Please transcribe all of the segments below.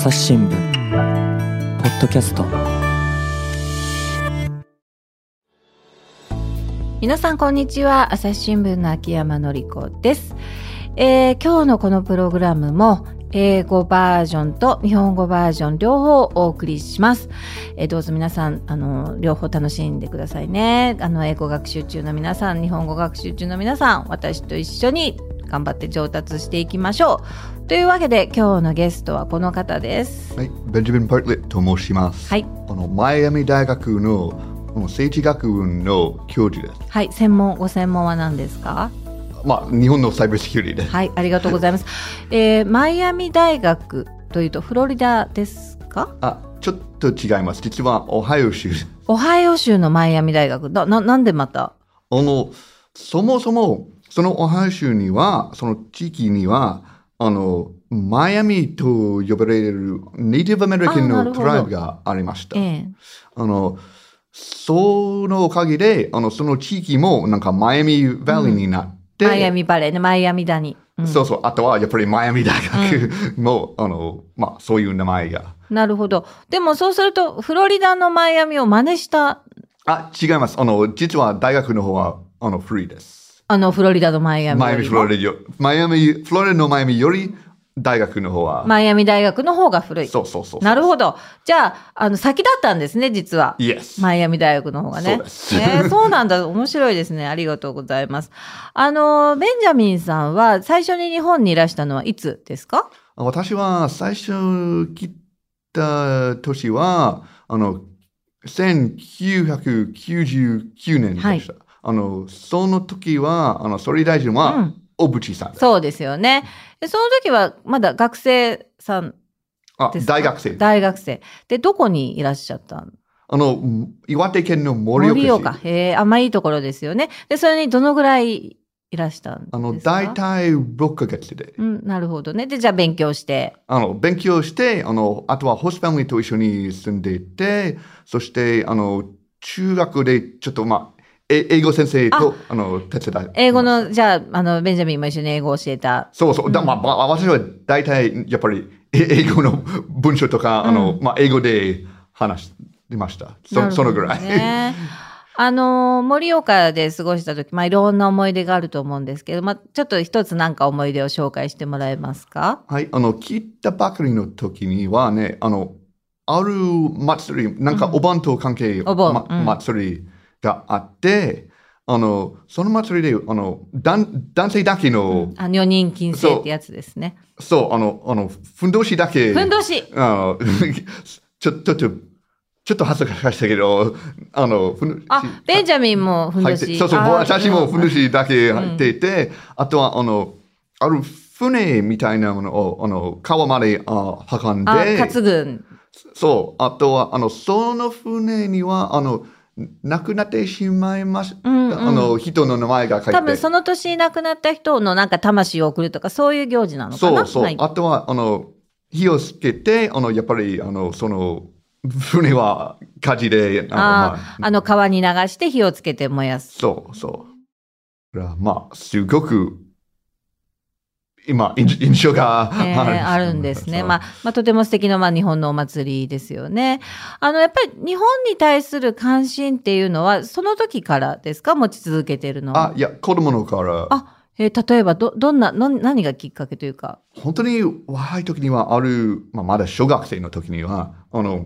朝日新聞ポッドキャスト。 皆さんこんにちは。朝日新聞の秋山紀子です。今日のこのプログラムも英語バージョンと日本語バージョン両方お送りします。どうぞ皆さん両方楽しんでくださいね。英語学習中の皆さん、日本語学習中の皆さん、私と一緒に頑張って上達していきましょう。というわけで今日のゲストはこの方です。 はい、ベンジャミン・パートレットと申します。 はい。 マイアミ大学の政治学部の教授です。 はい。ご専門は何ですか？ 日本のサイバーセキュリティです。 はい、ありがとうございます。マイアミ大学というとフロリダですか？ ちょっと違います。実はオハイオ州。 オハイオ州のマイアミ大学。なんでまた？ そもそもそのオハイオ州には、その地域にはマイアミと呼ばれるネイティブアメリカンのトライブがありました。そのおかげでその地域もなんかマイアミバレーになって、 マイアミバレーね、マイアミだに。 そうそう。あとはやっぱりマイアミ大学も、そういう名前が。 なるほど。でもそうするとフロリダのマイアミを真似した？ 違います。実は大学の方はフリーです。 フロリダのマイアミよりも。 フロリダのマイアミより大学の方は。 マイアミ大学の方が古い。 そう。 なるほど。じゃあ、先だったんですね、実は。 Yes。 マイアミ大学の方がね。 そうです。 そうなんだ。面白いですね。ありがとうございます。ベンジャミンさんは最初に日本にいらしたのはいつですか？ 私は最初来た年は、1999年でした。その時は、総理大臣は、小渕さん。 そうですよね。で、その時はまだ学生さんですか？大学生。で、どこにいらっしゃったの？ 岩手県の盛岡市。 あんまいいところですよね。で、それにどのぐらいいらしたんですか？ 大体6ヶ月で。 なるほどね。で、じゃあ勉強して。 あとはホストファミリーと一緒に住んでいて、そして、中学でちょっと英語先生と手伝い。 英語の、じゃあ、ベンジャミンも一緒に英語を教えた。 そう。私は大体、やっぱり、英語の文章とか、英語で話してました。そのぐらい。 盛岡で過ごした時、いろんな思い出があると思うんですけど、ちょっと一つなんか思い出を紹介してもらえますか？ はい。来たばかりの時にはね、ある祭り、なんかお盆と関係、祭りがあって、その祭りで、男性だけの、 女人禁制ってやつですね。 そう、ふんどしだけ。 ふんどしちょっと恥ずかしいけど、 ベンジャミンもふんどし。 そう、私もふんどしだけ入っていて、あとは、ある船みたいなものを、川まで運んで。 担ぐ。 そう。あとは、その船には、亡くなってしまいました。人の名前が書いて。 多分その年亡くなった人のなんか魂を送るとか、そういう行事なのかな？ そう。あとは、火をつけて、やっぱり、その、船は火事で、 川に流して火をつけて燃やす。 そう。すごく、今、印象があるんですね。とても素敵な、日本のお祭りですよね。やっぱり日本に対する関心っていうのは、その時からですか？持ち続けてるのは。 いや、子供のから。 例えば、何がきっかけというか。 本当に若い時にはまだ小学生の時には、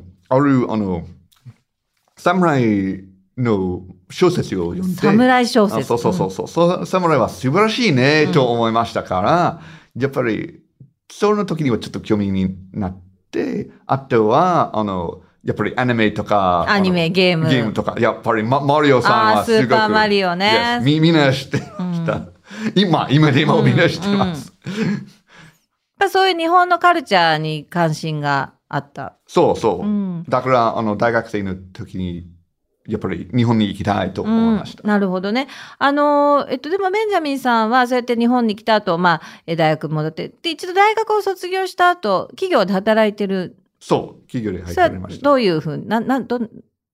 侍の小説を読んで。 侍小説。 そう。侍は素晴らしいね、と思いましたから、やっぱり、その時にはちょっと興味になって、あとは、やっぱりアニメとか、 ゲームとか、やっぱりマリオさんはすごく。 スーパーマリオね。 みんな知ってました。今でもみんな知ってます。 そういう日本のカルチャーに関心があった。 そう。だから、大学生の時に、やっぱり日本に行きたいと思いました。 なるほどね。でもベンジャミンさんはそうやって日本に来た後、大学戻って、で、一度大学を卒業した後、企業で働いてる。 そう、企業で働いてました。 どういうふう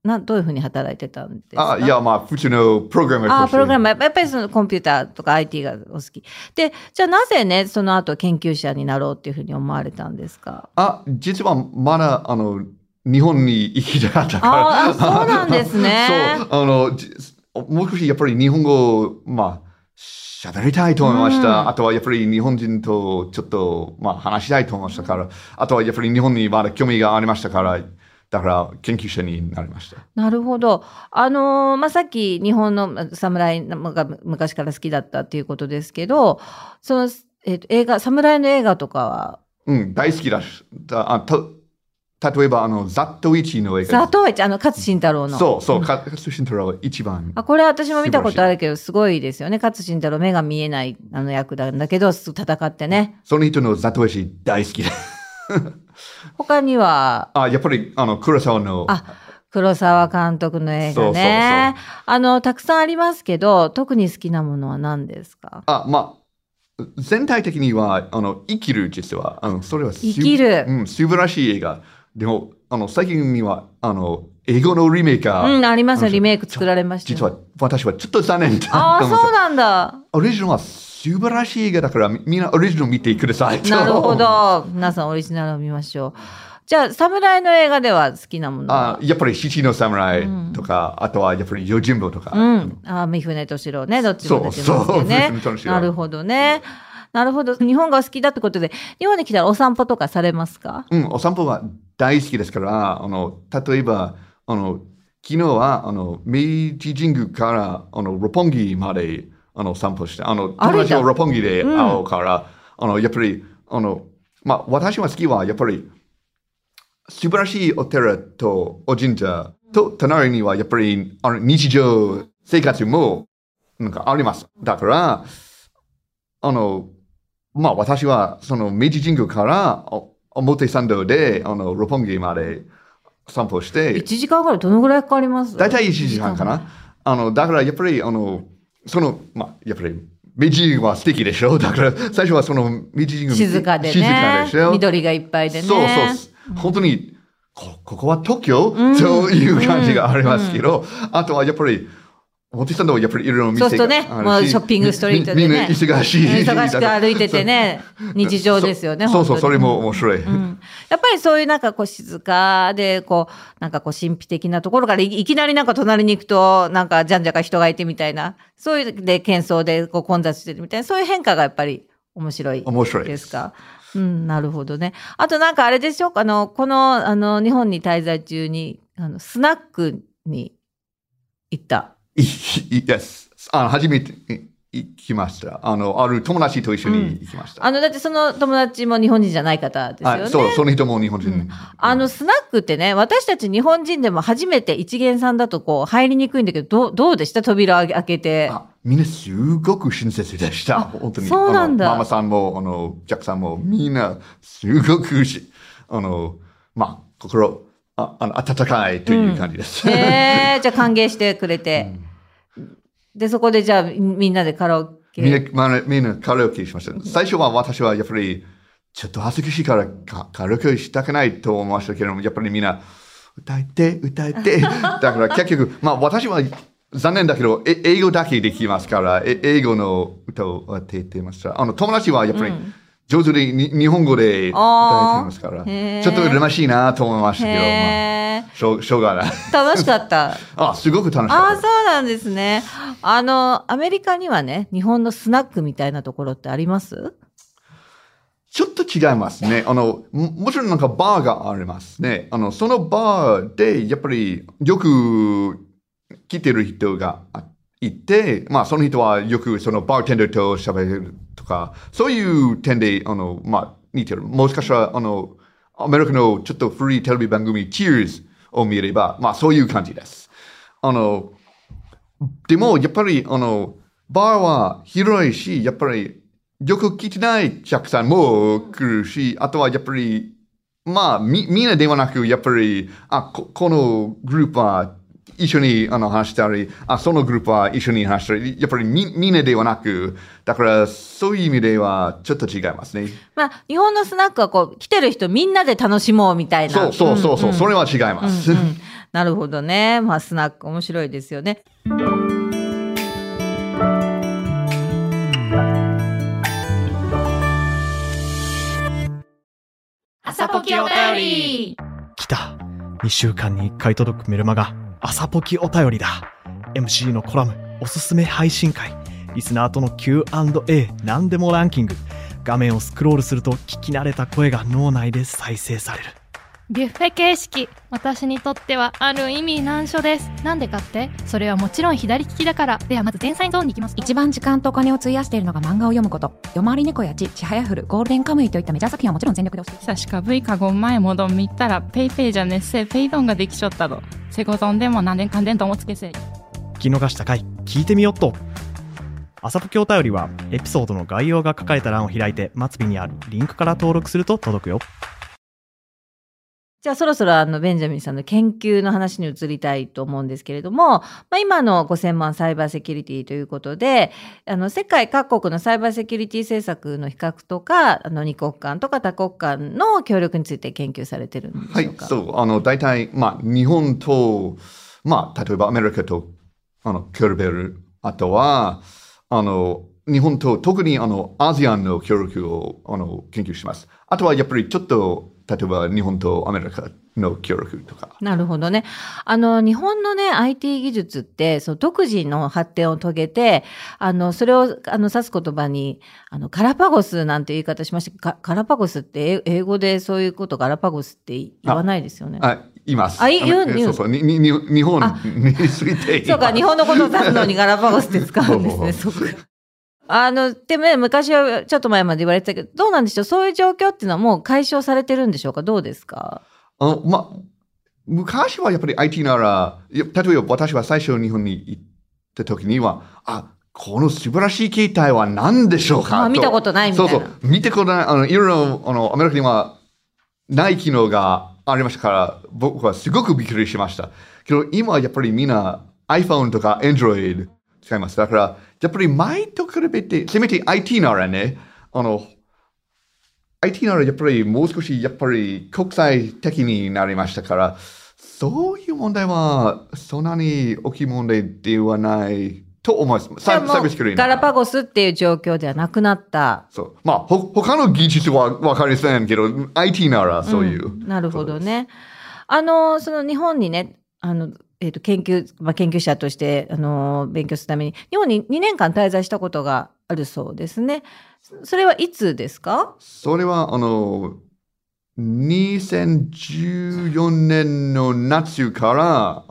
どういうふうに働いてたんですか？ いや、普通のプログラマーとして。 プログラマー。やっぱりそのコンピューターとか IT がお好き。で、じゃあなぜね、その後研究者になろうっていうふうに思われたんですか？ 実はまだ、日本に行きたかったから。 そうなんですね。 そう、もう少しやっぱり日本語、喋りたいと思いました。あとはやっぱり日本人とちょっと、話したいと思いましたから。あとはやっぱり日本にまだ興味がありましたから。だから研究者になりました。 なるほど。さっき日本の侍が昔から好きだったっていうことですけど、その、映画、侍の映画とかは？ 大好きだし。例えば、ザットウィチの映画。 ザットウィチ、勝新太郎の。 そう、勝新太郎一番。 これ私も見たことあるけど、すごいですよね。勝新太郎、目が見えない役なんだけど、戦ってね。 その人のザットウィチ大好きだ。 他にはやっぱり黒沢の黒沢監督の映画ね。たくさんありますけど、特に好きなものは何ですか？ 全体的には生きる、実はそれは生きる、 素晴らしい映画でも最近には英語のリメイクがありますよ。リメイク作られました。 実は私はちょっと残念だと思った。そうなんだ。 オリジナルは素晴らしい映画だから、みんなオリジナル見てください。 なるほど。皆さんオリジナルを見ましょう。じゃあ、侍の映画では好きなものは？ やっぱり七の侍とか、あとはやっぱり用心棒とか。 三船敏郎ね、どっちも出てますよね。なるほどね。なるほど。日本が好きだってことで、日本に来たらお散歩とかされますか？ お散歩は大好きですから、例えば、昨日は、明治神宮から、六本木まで、散歩して、友達を六本木で会うから、やっぱり、私は好きは、やっぱり、素晴らしいお寺とお神社と、隣には、やっぱり、日常生活も、あります。だから、私は、明治神宮から、表参道で、六本木まで散歩して。 1時間ぐらいどのぐらいかかります？ 大体1時間かな。だからやっぱり、やっぱり、明治神宮は素敵でしょ。だから、最初は明治神宮静かでね。緑がいっぱいでね。 そう。本当に、ここは東京という感じがありますけど、あとはやっぱり、表参道はやっぱりいろいろ見せがあるし。 そうするとね、もうショッピングストリートでね。 みんな忙しい。 忙しく歩いててね、日常ですよね、 そう、それも面白い。 やっぱりそういう静かで、神秘的なところからいきなり隣に行くと、じゃんじゃか人がいてみたいな、そういうで、喧騒で混雑してるみたいな、そういう変化がやっぱり面白いですか？なるほどね。あとあれでしょうか、この、日本に滞在中に、スナックに行った。 Yes. 初めて行きました。ある友達と一緒に行きました。 だってその友達も日本人じゃない方ですよね。 そう、その人も日本人。 スナックってね、私たち日本人でも初めて一元さんだと入りにくいんだけど、どうでした？扉開けて。 みんなすごく親切でした。本当に。 そうなんだ。 ママさんも、お客さんも、みんなすごく心、温かいという感じです。 じゃあ歓迎してくれて。で、そこでじゃあみんなでカラオケ。 みんなカラオケしました。最初は私はやっぱり、ちょっと恥ずかしいからカラオケしたくないと思いましたけども、やっぱりみんな、歌えて。だから結局、私は残念だけど、英語だけできますから、英語の歌を歌ってました。友達はやっぱり、上手で日本語で歌えていますから、ちょっと羨ましいなと思いましたけど、しょうがない。 楽しかった。 すごく楽しかった。 そうなんですね。アメリカにはね、日本のスナックみたいなところってあります？ ちょっと違いますね。もちろんバーがありますね。そのバーで、やっぱりよく来てる人がいて、その人はよくそのバーテンダーと喋るとか、そういう点で、似てる。もしかしたら、アメリカのちょっと古いテレビ番組、Cheers を見れば、そういう感じです。でも、やっぱり、バーは広いし、やっぱり、よく来てないお客さんも来るし、あとはやっぱり、みんなではなく、やっぱり、このグループは一緒に話したり、そのグループは一緒に話したり、やっぱりみんなではなく、だからそういう意味ではちょっと違いますね。 日本のスナックは来てる人みんなで楽しもうみたいな。 そう、それは違います。 なるほどね。まあスナック面白いですよね。 朝ポキお便り。 来た。2週間に1回届くメルマガ、朝ポキお便りだ。MC のコラム、おすすめ配信会、リスナーとの Q&A、何でもランキング。画面をスクロールすると聞き慣れた声が脳内で再生される。 ビュッフェ形式、私にとってはある意味難所です。なんでかって？それはもちろん左利きだから。ではまず前菜ゾーンに行きます。 一番時間とお金を費やしているのが漫画を読むこと。夜回り猫やちはやふる、ゴールデンカムイといったメジャー作品はもちろん全力で押してさしか V かご前もどん見たらペイペイじゃねっせペイドンができちょったど。セゴゾンでも何年かんでんともつけせ。 聞き逃した回聞いてみよっと。朝ポキお便りはエピソードの概要が書かれた欄を開いて末尾にあるリンクから登録すると届くよ。 じゃあそろそろベンジャミンさんの研究の話に移りたいと思うんですけれども、今のご専門サイバーセキュリティということで、世界各国のサイバーセキュリティ政策の比較とか、二国間とか多国間の協力について研究されてるんでしょうか？ はい、そう、大体、日本と、例えばアメリカと、比べる。あとは、日本と特にアジアンの協力を研究します。あとはやっぱりちょっと例えば日本とアメリカの協力とか。 なるほどね。日本のね IT 技術って独自の発展を遂げてそれを指す言葉にガラパゴスなんて言い方しました。ガラパゴスって英語でそういうことガラパゴスって言わないですよね。 言います。 そうそう日本について。 そうか、日本のことを指すのにガラパゴスって使うんですね。そうか。でもね、昔はちょっと前まで言われてたけど、どうなんでしょう、そういう状況っていうのはもう解消されてるんでしょうか？どうですか？ 昔はやっぱり IT なら、例えば私は最初日本に行った時には、この素晴らしい携帯は何でしょうか？ 見たことないみたいな。 そう、見たことない、いろいろアメリカにはない機能がありましたから、僕はすごくびっくりしました。けど今はやっぱりみんな iPhone とか Android使います。だから、やっぱり前と比べて、せめて IT ならね、IT ならやっぱりもう少しやっぱり国際的になりましたから、そういう問題はそんなに大きい問題ではないと思います。 サイバーセキュリティガラパゴスっていう状況ではなくなった。 そう。他の技術は分かりませんけど、IT ならそういう。 なるほどね。その日本にね、研究者として勉強するために日本に2年間滞在したことがあるそうですね。それはいつですか？ それは2014年の夏から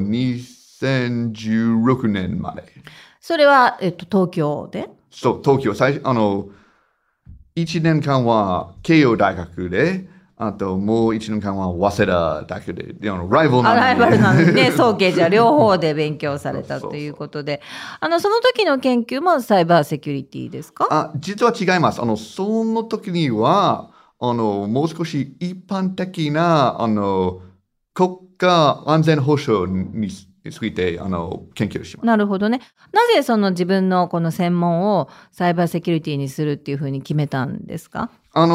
2016年まで。 それは、東京で？ そう、東京。1年間は慶応大学で、あともう1年間は早稲田大学で、ライバルなのにね、早慶じゃ両方で勉強されたということで、その時の研究もサイバーセキュリティですか？ 実は違います。その時には、もう少し一般的な、国家安全保障について、研究します。 なるほどね。なぜその自分のこの専門をサイバーセキュリティにするっていうふうに決めたんですか？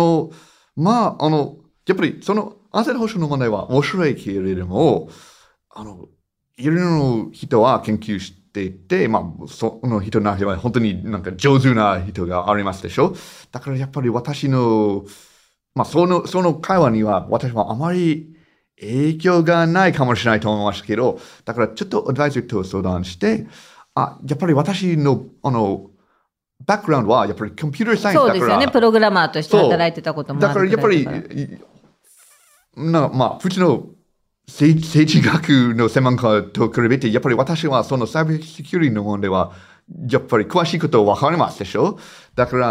やっぱりその安全保障の問題は面白いけれども、いろいろな人は研究していて、その人の中では本当になんか上手な人がありますでしょ。だからやっぱり私の、その会話には私はあまり影響がないかもしれないと思いましたけど、だからちょっとアドバイザーと相談して、やっぱり私のバックグラウンドはやっぱりコンピューターサイエンスだから。そうですよね。 プログラマーとして働いてたこともあるから。 だからやっぱり普通の政治学の専門家と比べて、やっぱり私はそのサイバーセキュリティの問題は、やっぱり詳しいこと分かりますでしょ。だから、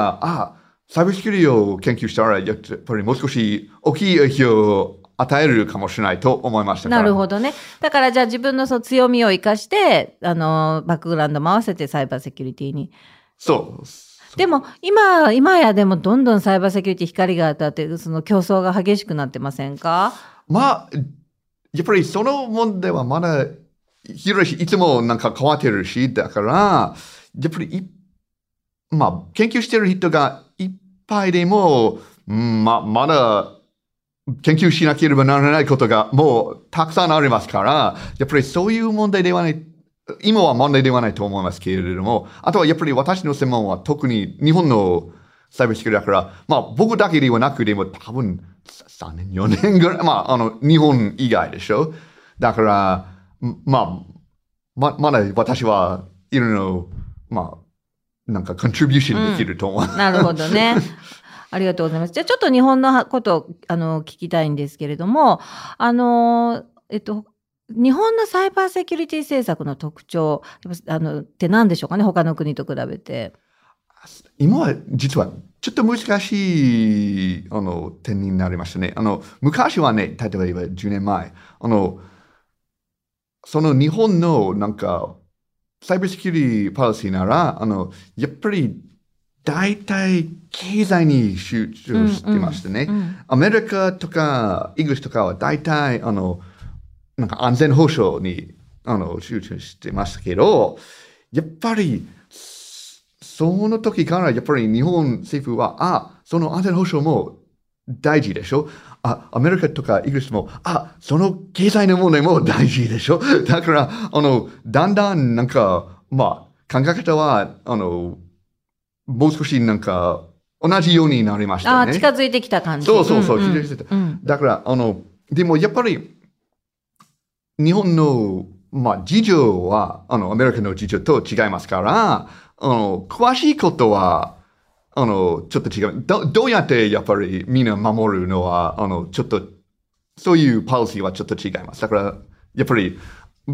サイバーセキュリティを研究したら、やっぱりもう少し大きい影響を与えるかもしれないと思いましたから。 なるほどね。だからじゃあ自分のその強みを生かして、バックグラウンドも合わせてサイバーセキュリティに。 そう。 でも今やでもどんどんサイバーセキュリティ光が当たってその競争が激しくなってませんか？ やっぱりその問題はまだ広いし、いつもなんか変わってるし、だからやっぱり研究してる人がいっぱいでも、まだ研究しなければならないことがもうたくさんありますから、やっぱりそういう問題ではない、今は問題ではないと思いますけれども、あとはやっぱり私の専門は特に日本のサイバーセキュリティだから、まあ僕だけではなくても多分3年、4年ぐらい、まあ日本以外でしょ。だから、まだ私はいろいろ、なんかコントリビューションできると思う。 なるほどね。ありがとうございます。じゃあちょっと日本のことを聞きたいんですけれども、日本のサイバーセキュリティ政策の特徴って何でしょうかね、他の国と比べて。 今は実はちょっと難しい点になりましたね。昔はね、例えば10年前、その日本のなんかサイバーセキュリティパリシーなら、やっぱり大体経済に集中してましたね。アメリカとかイギリスとかは大体なんか安全保障に集中してましたけど、やっぱりその時からやっぱり日本政府はその安全保障も大事でしょ。アメリカとかイギリスもその経済の問題も大事でしょ。だからだんだんなんか考え方はもう少しなんか同じようになりましたね。 近づいてきた感じ。 そう、近づいてきた。だからでもやっぱり日本の事情はアメリカの事情と違いますから、詳しいことはちょっと違う。どうやってやっぱりみんな守るのはちょっとそういうパリシーはちょっと違います。だからやっぱり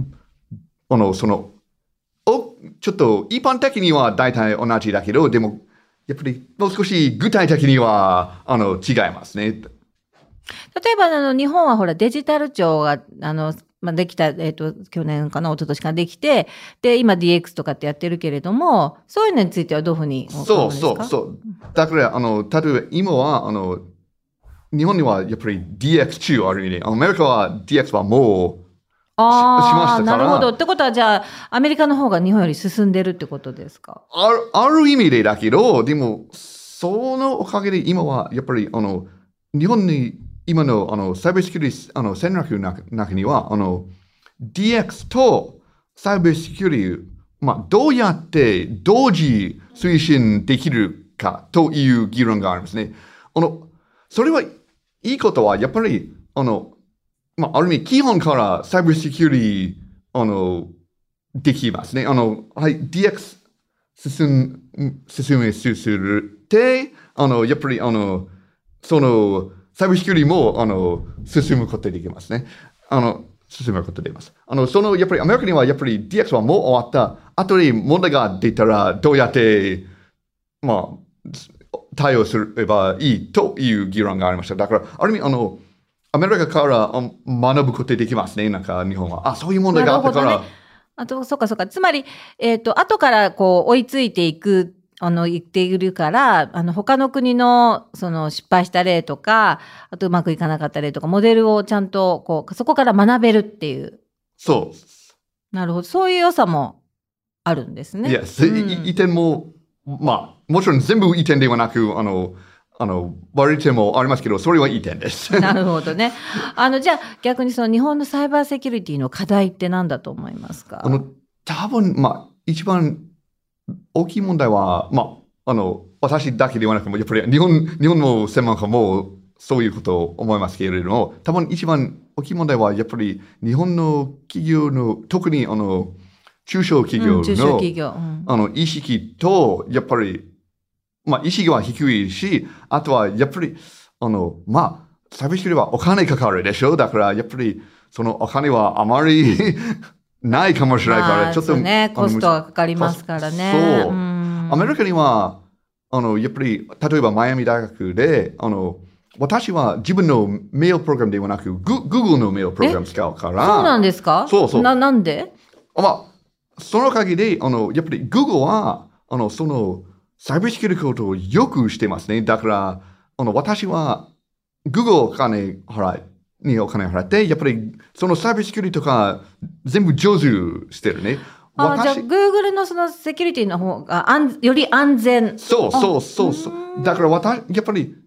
ちょっと一般的には大体同じだけど、でもやっぱりもう少し具体的には違いますね。例えば日本はほらデジタル庁ができた、去年かな、一昨年からできて、で、今 DX とかってやってるけれども、そういうのについてはどういうふうに思うんですか？ そう。だから、例えば今は、日本にはやっぱり DX 中ある意味で、アメリカは DX はもうしましたから。 なるほど。ってことは、じゃあ、アメリカの方が日本より進んでるってことですか？ ある意味でだけど、でも、そのおかげで今はやっぱり、日本に、今のサイバーセキュリティ戦略の中にはDX とサイバーセキュリティ、どうやって同時推進できるかという議論がありますね。それはいいことはやっぱりある意味基本からサイバーセキュリティできますね。DX 進めするって、やっぱりサイバーセキュリティも進むことができますね。進むことができます。やっぱりアメリカにはやっぱり DX はもう終わった後に問題が出たらどうやって対応すればいいという議論がありました。だからある意味アメリカから学ぶことができますね。なんか日本はそういう問題があったから。 そうか。つまり後から追いついていく。言っているから、他の国の、失敗した例とか、あとうまくいかなかった例とか、モデルをちゃんと、そこから学べるっていう。 そう。 なるほど。そういう良さもあるんですね。 いや、いい点も、もちろん全部いい点ではなく、悪い点もありますけど、それはいい点です。 なるほどね。じゃあ、逆に日本のサイバーセキュリティの課題って何だと思いますか？ 多分、一番、大きい問題は、私だけではなく、やっぱり日本の専門家もそういうことを思いますけれども、多分一番大きい問題は、やっぱり日本の企業の、特に中小企業の、意識と、やっぱり、意識は低いし、あとはやっぱり、サービスセキュリティはお金かかるでしょ。だから、やっぱり、そのお金はあまりないかもしれないから、ちょっと。 そうね、コストがかかりますからね。 そう。アメリカには、やっぱり、例えばマイアミ大学で、私は自分のメールプログラムではなく、Google のメールプログラム使うから。 そうなんですか？ そう。 なんで？ その限り、やっぱり Google は、その、サイバーセキュリティことをよくしてますね。だから、私は、Google お金払って、やっぱりそのサービスセキュリティとか全部上手してるね。 じゃあ Google のそのセキュリティの方がより安全。 そう。だからやっぱり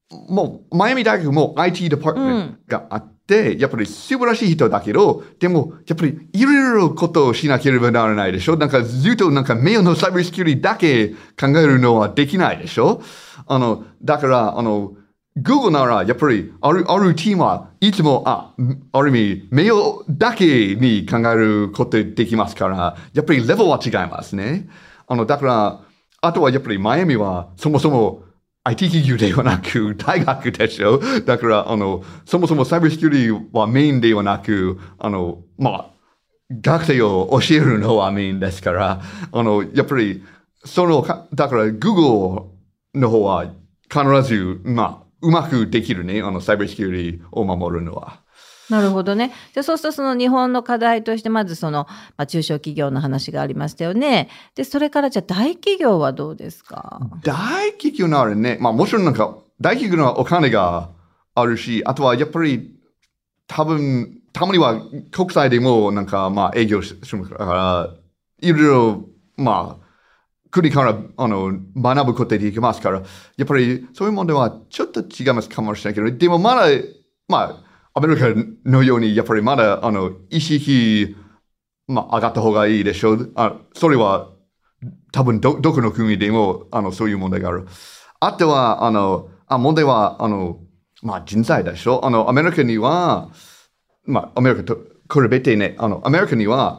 もう、マイアミ大学も IT デパートメントがあって、やっぱり素晴らしい人だけど、でも、やっぱりいろいろことをしなければならないでしょ。なんかずっとなんか名誉のサイバーセキュリティだけ考えるのはできないでしょ。だから、Google ならやっぱりあるチームはいつも、ある意味、名誉だけに考えることできますから、やっぱりレベルは違いますね。だから、あとはやっぱりマイアミはそもそもIT 企業ではなく大学でしょ。だから、そもそもサイバーセキュリティはメインではなく、学生を教えるのはメインですから、やっぱり、だから Google の方は必ず、うまくできるね。サイバーセキュリティを守るのは。 なるほどね。じゃあそうするとその日本の課題としてまず中小企業の話がありましたよね。で、それからじゃあ大企業はどうですか？ 大企業ならね、もちろんなんか大企業のお金があるし、あとはやっぱり多分、たまには国際でもなんか営業しますから、いろいろ国から学ぶことができますから、やっぱりそういうものではちょっと違いますかもしれないけど、でもまだ、アメリカのように、やっぱりまだ、意識、上がった方がいいでしょう。それは、多分どこの国でも、そういう問題がある。あとは、問題は、人材でしょ。アメリカには、アメリカと比べてね、アメリカには、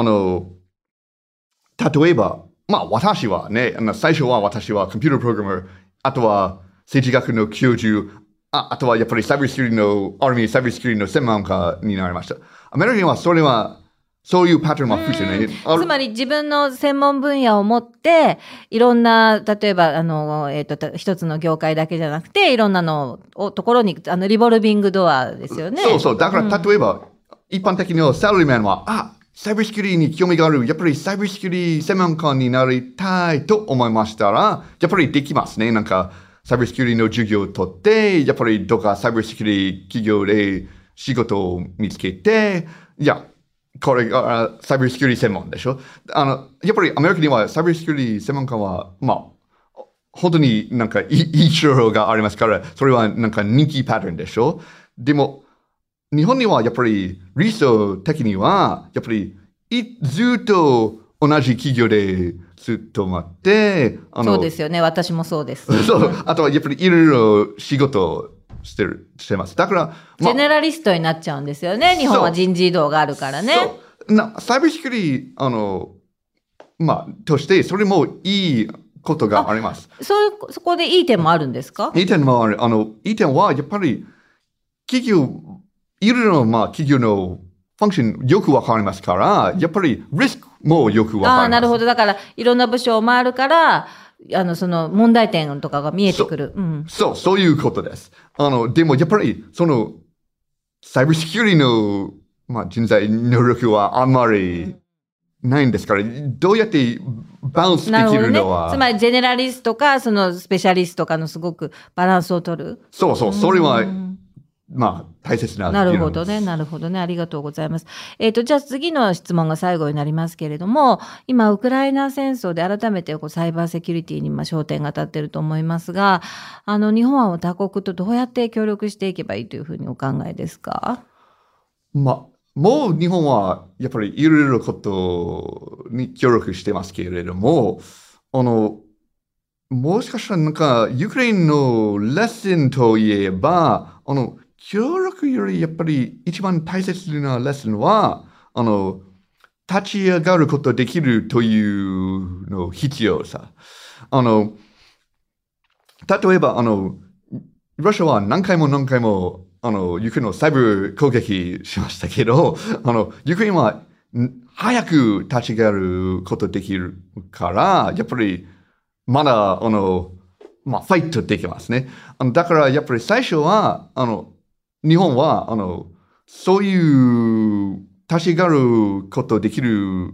例えば、私はね、最初は私はコンピュータープログラマー、あとは政治学の教授、あとはやっぱりサイバーセキュリティの、ある意味サイバーセキュリティの専門家になりました。アメリカにはそういうパターンは普通ね。 つまり自分の専門分野を持って、いろんな、例えば、一つの業界だけじゃなくて、いろんなところに、リボルビングドアですよね。 そう。だから、例えば、一般的にサラリーマンは、サイバーセキュリティに興味がある。やっぱりサイバーセキュリティ専門家になりたいと思いましたら、やっぱりできますね。なんか、サイバーセキュリティの授業を取って、やっぱりどっかサイバーセキュリティ企業で仕事を見つけて、これがサイバーセキュリティ専門でしょ。やっぱりアメリカにはサイバーセキュリティ専門家は、本当になんかいい情報がありますから、それはなんか人気パターンでしょ。でも、日本にはやっぱりリソ的には、やっぱりずっと同じ企業でずっと待って、 そうですよね。私もそうです。 そう。あとはやっぱりいろいろ仕事をしてます。だから、 ジェネラリストになっちゃうんですよね。日本は人事異動があるからね。 サイバーセキュリティ、として、それもいいことがあります。 そこでいい点もあるんですか？ いい点もある。いい点は、やっぱり、いろいろな企業のファンクションよくわかりますから、やっぱりリスクもよくわかります。 なるほど。だから、いろんな部署を回るから、その問題点とかが見えてくる。 そういうことです。でもやっぱり、サイバーセキュリティの、人材能力はあんまりないんですから、どうやってバランスできるのは。 つまり、ジェネラリストか、スペシャリストかのすごくバランスを取る。 そう。それは、大切な。 なるほどね。ありがとうございます。じゃあ次の質問が最後になりますけれども、今、ウクライナ戦争で改めてサイバーセキュリティに焦点が当たっていると思いますが、日本は他国とどうやって協力していけばいいというふうにお考えですか？ もう日本はやっぱりいろいろことに協力してますけれども、もしかしたらなんか、ユクレーンのレッスンといえば、協力よりやっぱり一番大切なレッスンは、立ち上がることできるというの必要さ。例えば、ロシアは何回もユクレーンのサイバー攻撃しましたけど、ユクレーンは早く立ち上がることできるから、やっぱりまだ、ファイトできますね。だからやっぱり最初は、日本は、そういう立ち上がることできる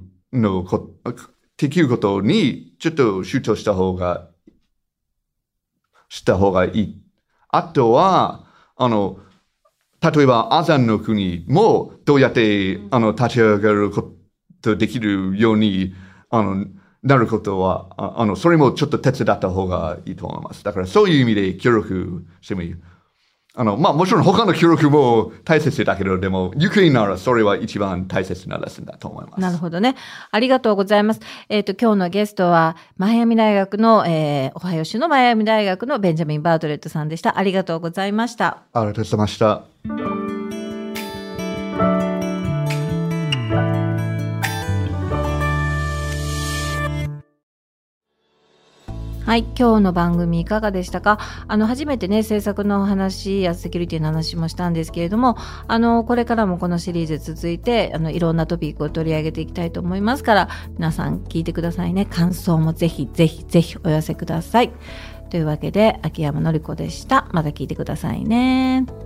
ことに、ちょっと集中した方がいい。あとは、例えば、アジアの国もどうやって立ち上がることできるように、 なることは、それもちょっと手伝った方がいいと思います。だからそういう意味で協力してもいい。もちろん他の協力も大切だけど、でも、ゆくりならそれは一番大切なレッスンだと思います。 なるほどね。ありがとうございます。今日のゲストは、マイアミ大学の、オハイオ州のマイアミ大学のベンジャミン・バートレットさんでした。ありがとうございました。 ありがとうございました。 はい。今日の番組いかがでしたか？初めてね、制作の話やセキュリティの話もしたんですけれども、これからもこのシリーズ続いて、いろんなトピックを取り上げていきたいと思いますから、皆さん聞いてくださいね。感想もぜひぜひぜひお寄せください。というわけで、秋山のり子でした。また聞いてくださいね。